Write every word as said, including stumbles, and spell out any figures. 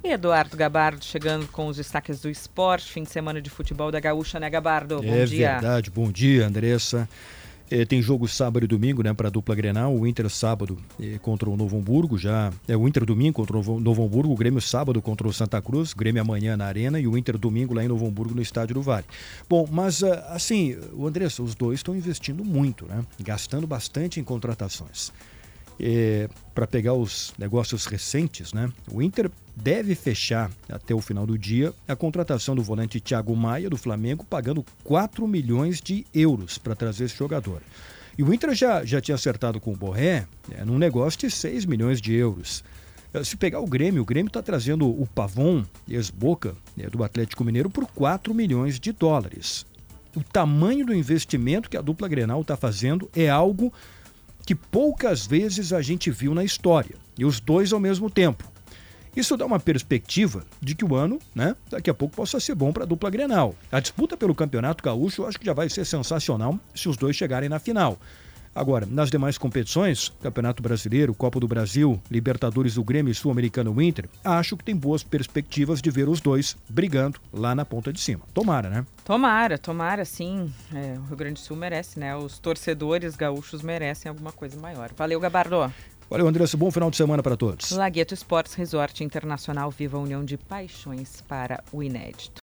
Eduardo Gabardo chegando com os destaques do esporte, fim de semana de futebol da Gaúcha, né, Gabardo? Bom é dia. É verdade, bom dia, Andressa. É, tem jogo sábado e domingo, né, para a dupla Grenal. O Inter sábado é, contra o Novo Hamburgo, já é o Inter domingo contra o Novo Hamburgo, o Grêmio sábado contra o Santa Cruz, o Grêmio amanhã na Arena e o Inter domingo lá em Novo Hamburgo no Estádio do Vale. Bom, mas assim, o Andressa, os dois estão investindo muito, né, gastando bastante em contratações. É, para pegar os negócios recentes, né? O Inter deve fechar até o final do dia a contratação do volante Thiago Maia do Flamengo, pagando quatro milhões de euros para trazer esse jogador. E o Inter já, já tinha acertado com o Borré é, num negócio de seis milhões de euros. Se pegar o Grêmio, o Grêmio está trazendo o Pavon, ex-Boca, é, do Atlético Mineiro, por quatro milhões de dólares. O tamanho do investimento que a dupla Grenal está fazendo é algo que poucas vezes a gente viu na história, e os dois ao mesmo tempo. Isso dá uma perspectiva de que o ano, né, daqui a pouco possa ser bom para a dupla Grenal. A disputa pelo Campeonato Gaúcho eu acho que já vai ser sensacional se os dois chegarem na final. Agora, nas demais competições, Campeonato Brasileiro, Copa do Brasil, Libertadores do Grêmio e Sul-Americano Inter, acho que tem boas perspectivas de ver os dois brigando lá na ponta de cima. Tomara, né? Tomara, tomara, sim. É, o Rio Grande do Sul merece, né? Os torcedores gaúchos merecem alguma coisa maior. Valeu, Gabardo. Valeu, Andressa. Bom final de semana para todos. Lagueto Esportes Resort Internacional, viva a união de paixões para o inédito.